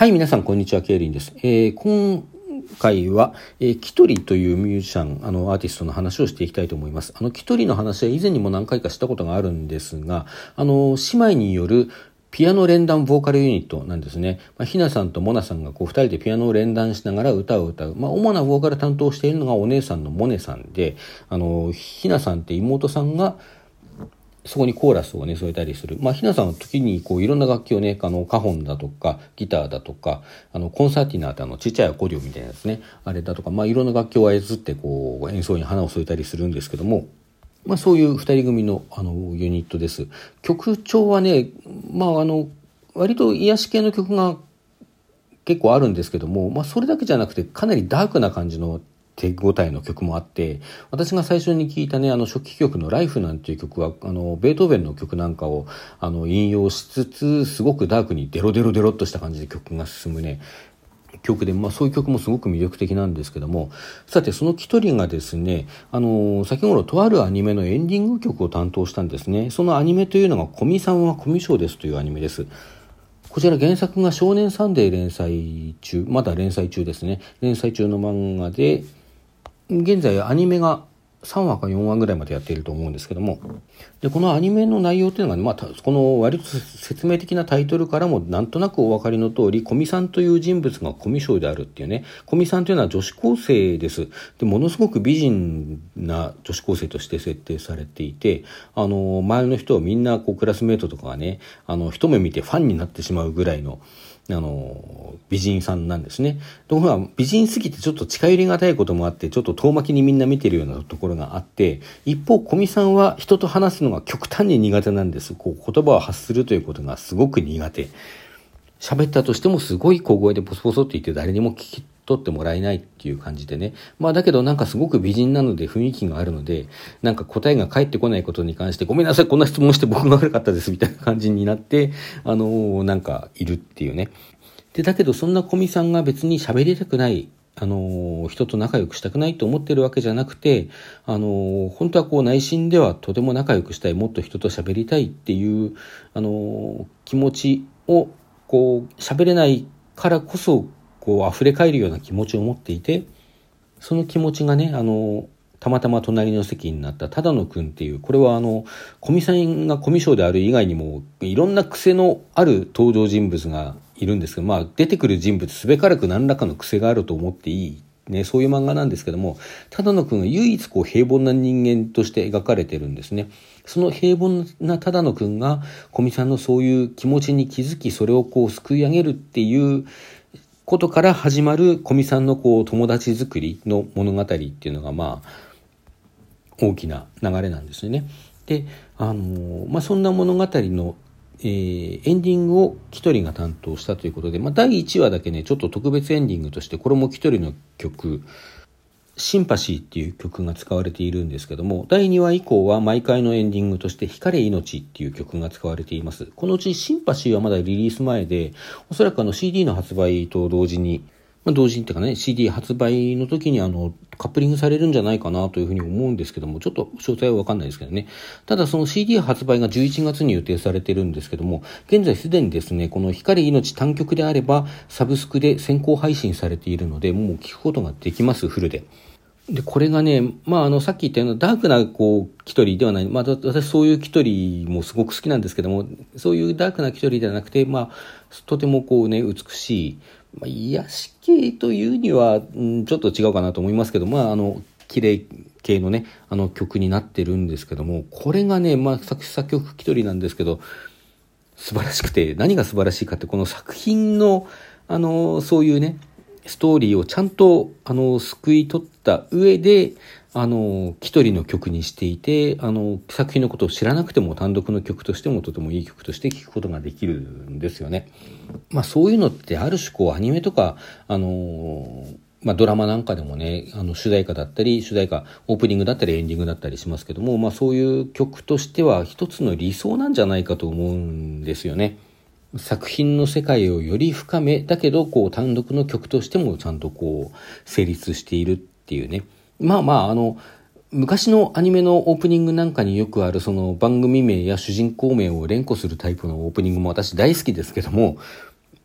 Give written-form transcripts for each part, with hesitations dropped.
はい、皆さん、こんにちは。ケイリンです。今回は、キトリというミュージシャン、アーティストの話をしていきたいと思います。キトリの話は以前にも何回かしたことがあるんですが、姉妹によるピアノ連弾ボーカルユニットなんですね。ひなさんとモナさんが二人でピアノを連弾しながら歌を歌う。主なボーカル担当しているのがお姉さんのモネさんで、ひなさんって妹さんが、そこにコーラスをね添えたりする。ひなさんは時にいろんな楽器をね、カホンだとかギターだとかコンサーティナーってちっちゃいアコーディオンみたいなやつね、あれだとかいろんな楽器を操って演奏に花を添えたりするんですけども、そういう二人組のユニットです。曲調はね、割と癒し系の曲が結構あるんですけども、それだけじゃなくてかなりダークな感じの手応えの曲もあって、私が最初に聞いたね初期曲のライフなんていう曲はベートーベンの曲なんかを引用しつつ、すごくダークにデロデロデロっとした感じで曲が進むね曲で、そういう曲もすごく魅力的なんですけども、さてそのキトリがですね、先頃とあるアニメのエンディング曲を担当したんですね。そのアニメというのがコミさんはコミュ障ですというアニメです。こちら原作が少年サンデー連載中、まだ連載中ですね。連載中の漫画で、現在アニメが3話か4話ぐらいまでやっていると思うんですけども、でこのアニメの内容っていうのが、この割と説明的なタイトルからもなんとなくお分かりの通り、古見さんという人物がコミュ障であるっていうね。古見さんというのは女子高生です。でものすごく美人な女子高生として設定されていて、周りの人をみんなクラスメートとかがね、一目見てファンになってしまうぐらいの美人さんなんですね。ところが美人すぎてちょっと近寄りがたいこともあって、ちょっと遠巻きにみんな見てるようなところがあって、一方古見さんは人と話すのが極端に苦手なんです。言葉を発するということがすごく苦手。喋ったとしてもすごい小声でボソボソって言って誰にも聞き取ってもらえないっていう感じでね。だけどすごく美人なので雰囲気があるので、答えが返ってこないことに関してごめんなさい、こんな質問して僕が悪かったですみたいな感じになって、いるっていうね。で、だけどそんな古見さんが別に喋りたくない、人と仲良くしたくないと思ってるわけじゃなくて、本当は内心ではとても仲良くしたい、もっと人と喋りたいっていう、気持ちを喋れないからこそ溢れ返るような気持ちを持っていて、その気持ちがね、たまたま隣の席になった只野くんっていう、これは古見さんがコミュ障である以外にもいろんな癖のある登場人物がいるんですけど、出てくる人物すべからく何らかの癖があると思っていいね、そういう漫画なんですけども、只野くんが唯一平凡な人間として描かれてるんですね。その平凡な只野くんが古見さんのそういう気持ちに気づき、それをすくい上げるっていうことから始まる古見さんの友達作りの物語っていうのが大きな流れなんですよね。で、そんな物語のエンディングをキトリが担当したということで、第1話だけねちょっと特別エンディングとして、これもキトリの曲シンパシーっていう曲が使われているんですけども、第2話以降は毎回のエンディングとして光れ命っていう曲が使われています。このうちシンパシーはまだリリース前で、おそらくCD の発売と同時にっていうかね、CD 発売の時にカップリングされるんじゃないかなというふうに思うんですけども、ちょっと詳細は分かんないですけどね。ただその CD 発売が11月に予定されてるんですけども、現在すでにですね、この光命単曲であればサブスクで先行配信されているので、もう聞くことができます、フルで。で、これがね、さっき言ったようなダークなキトリではない。私そういうキトリもすごく好きなんですけども、そういうダークなキトリではなくて、とても美しい、癒し系というには、ちょっと違うかなと思いますけど、綺麗系のね、曲になってるんですけども、これがね、作曲キトリなんですけど、素晴らしくて、何が素晴らしいかって、この作品の、そういうね、ストーリーをちゃんとすくい取った上でキトリの曲にしていて、作品のことを知らなくても単独の曲としてもとてもいい曲として聴くことができるんですよね。そういうのってある種アニメとかドラマなんかでもね、主題歌だったり主題歌オープニングだったりエンディングだったりしますけども、そういう曲としては一つの理想なんじゃないかと思うんですよね。作品の世界をより深め、だけど単独の曲としてもちゃんと成立しているっていうね。昔のアニメのオープニングなんかによくあるその番組名や主人公名を連呼するタイプのオープニングも私大好きですけども、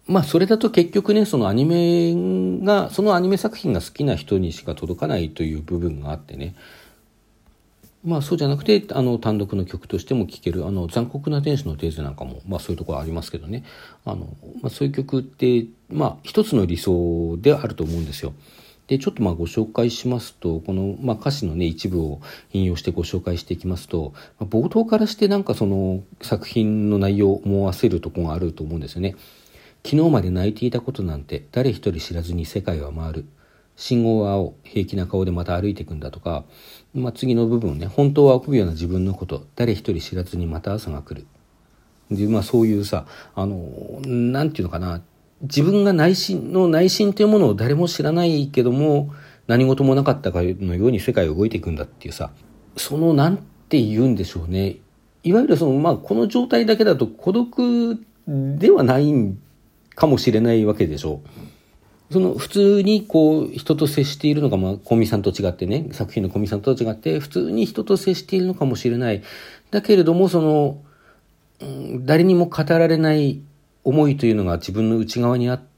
それだと結局ね、そのアニメ作品が好きな人にしか届かないという部分があってね、そうじゃなくて単独の曲としても聴ける残酷な天使のテーゼなんかも、そういうところありますけどね、そういう曲って一つの理想であると思うんですよ。でちょっとご紹介しますと、この、歌詞のね一部を引用してご紹介していきますと、冒頭からしてなんかその作品の内容を思わせるところがあると思うんですよね。昨日まで泣いていたことなんて誰一人知らずに世界は回る。信号は青、平気な顔でまた歩いていくんだとか、次の部分ね、本当は臆病な自分のこと、誰一人知らずにまた朝が来る。で、そういうさ、なんていうのかな、自分が内心というものを誰も知らないけども、何事もなかったかのように世界を動いていくんだっていうさ、なんて言うんでしょうね。いわゆるこの状態だけだと孤独ではないかもしれないわけでしょう。普通に人と接しているのが小見さんと違ってね、作品の小見さんと違って普通に人と接しているのかもしれない。だけれども誰にも語られない思いというのが自分の内側にあって、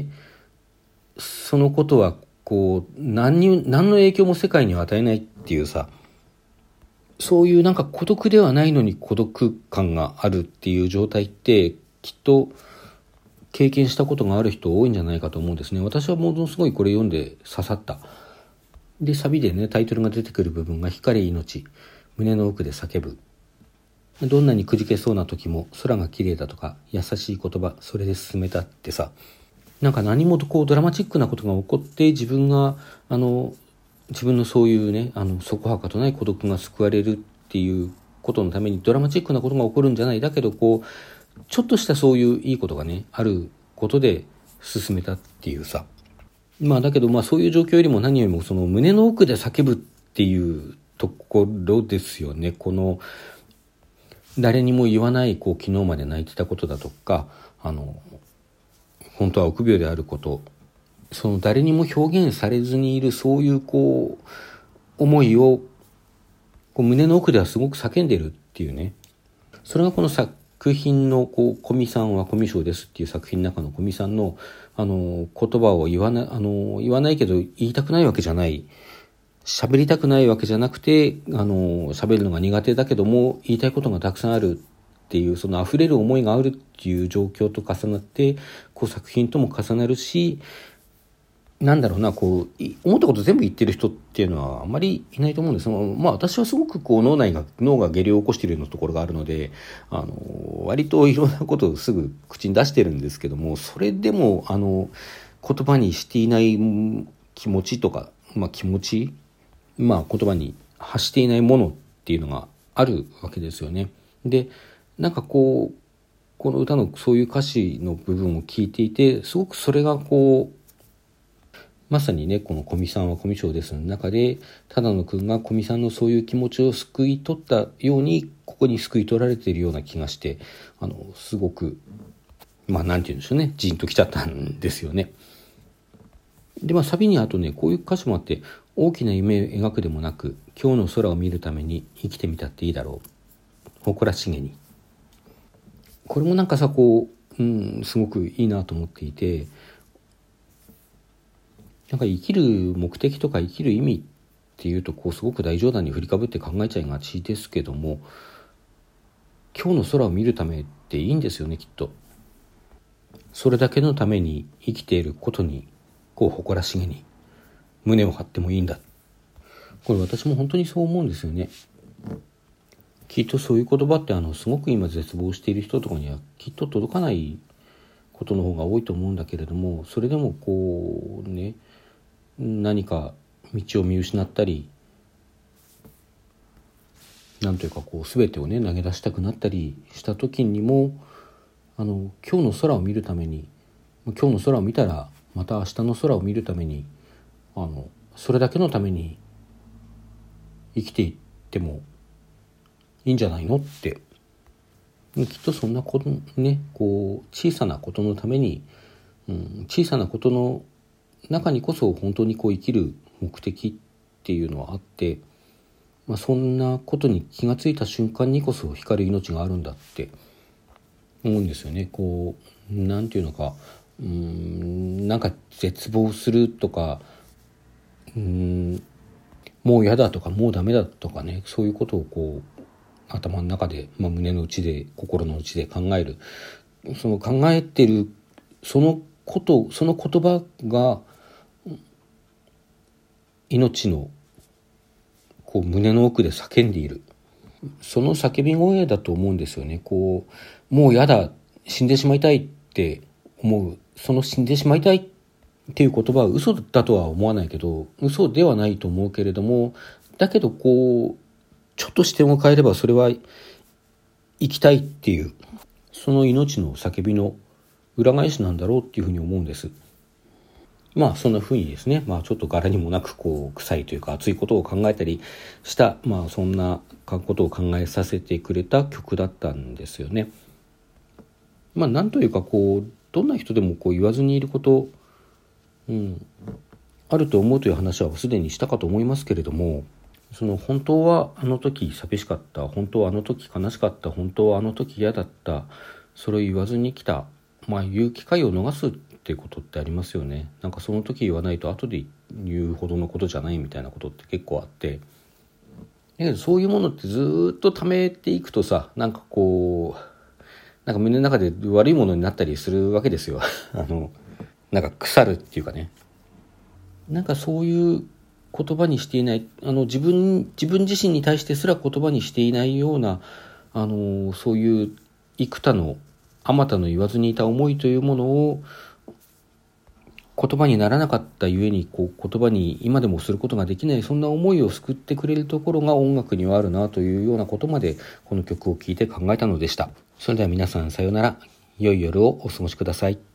そのことは何の影響も世界には与えないっていうさ、そういうなんか孤独ではないのに孤独感があるっていう状態ってきっと経験したことがある人多いんじゃないかと思うんですね。私はものすごいこれ読んで刺さった。で、サビでね、タイトルが出てくる部分が光命、胸の奥で叫ぶ。どんなにくじけそうな時も空が綺麗だとか優しい言葉、それで進めたってさ、なんか何もドラマチックなことが起こって自分のそういうね、そこはかとない孤独が救われるっていうことのためにドラマチックなことが起こるんじゃない。だけどちょっとしたそういういいことがね、あることで進めたっていうさ。だけどそういう状況よりも何よりもその胸の奥で叫ぶっていうところですよね。誰にも言わない昨日まで泣いてたことだとか、本当は臆病であること、誰にも表現されずにいるそういう思いを胸の奥ではすごく叫んでるっていうね。それがこの作品の小見さんはコミュ障ですっていう作品の中の小見さんの言葉を言わないけど言いたくないわけじゃない、喋りたくないわけじゃなくて喋るのが苦手だけども言いたいことがたくさんあるっていう、その溢れる思いがあるっていう状況と重なって作品とも重なるし、なんだろうな、思ったこと全部言ってる人っていうのはあんまりいないと思うんです。私はすごく脳が下痢を起こしているようなところがあるので、割といろんなことをすぐ口に出してるんですけども、それでも言葉にしていない気持ちとか、言葉に発していないものっていうのがあるわけですよね。で、なんかこの歌のそういう歌詞の部分を聞いていて、すごくそれがまさにね、この小見さんはコミュ障ですの中で、只野くんが小見さんのそういう気持ちを救い取ったように、ここに救い取られているような気がして、すごく、なんて言うんでしょうね、ジーンときちゃったんですよね。で、サビにあとね、こういう歌詞もあって、大きな夢を描くでもなく、今日の空を見るために生きてみたっていいだろう。誇らしげに。これもなんかさ、すごくいいなと思っていて、なんか生きる目的とか生きる意味っていうとすごく大冗談に振りかぶって考えちゃいがちですけども、今日の空を見るためっていいんですよね、きっと。それだけのために生きていることに誇らしげに胸を張ってもいいんだ。これ私も本当にそう思うんですよね。きっとそういう言葉ってすごく今絶望している人とかにはきっと届かないことの方が多いと思うんだけれども、それでも何か道を見失ったり、なんというか全てをね投げ出したくなったりした時にも、今日の空を見るために、今日の空を見たらまた明日の空を見るために、それだけのために生きていってもいいんじゃないのって、きっとそんなことね、小さなことのために、小さなことの中にこそ本当に生きる目的っていうのはあって、そんなことに気がついた瞬間にこそ光る命があるんだって思うんですよね。 なんていうのか、なんか絶望するとか、もう嫌だとかもうダメだとかね、そういうことをこう頭の中で、胸の内で心の内で考える、その考えてるその言葉が命のこう胸の奥で叫んでいる、その叫び声だと思うんですよね。こうもう嫌だ、死んでしまいたいって思う、その死んでしまいたいっていう言葉は嘘だとは思わないけど、嘘ではないと思うけれども、だけどこうちょっと視点を変えればそれは生きたいっていう、その命の叫びの裏返しなんだろうっていうふうに思うんです。そんな風にですね、ちょっと柄にもなくこう臭いというか熱いことを考えたりした、そんなことを考えさせてくれた曲だったんですよね。なんというかこうどんな人でもこう言わずにいること、あると思うという話はすでにしたかと思いますけれども、その本当はあの時寂しかった、本当はあの時悲しかった、本当はあの時嫌だった、それを言わずに来た、言う機会を逃すっていうことってありますよね。なんかその時言わないと後で言うほどのことじゃないみたいなことって結構あって、だけどそういうものってずっと溜めていくとさ、なんかこうなんか胸の中で悪いものになったりするわけですよなんか腐るっていうかね、なんかそういう言葉にしていない、自分自身に対してすら言葉にしていないような、そういう幾多のあまたの言わずにいた思いというものを言葉にならなかったゆえに、こう言葉に今でもすることができない、そんな思いを救ってくれるところが音楽にはあるなというようなことまでこの曲を聴いて考えたのでした。それでは皆さんさようなら、良い夜をお過ごしください。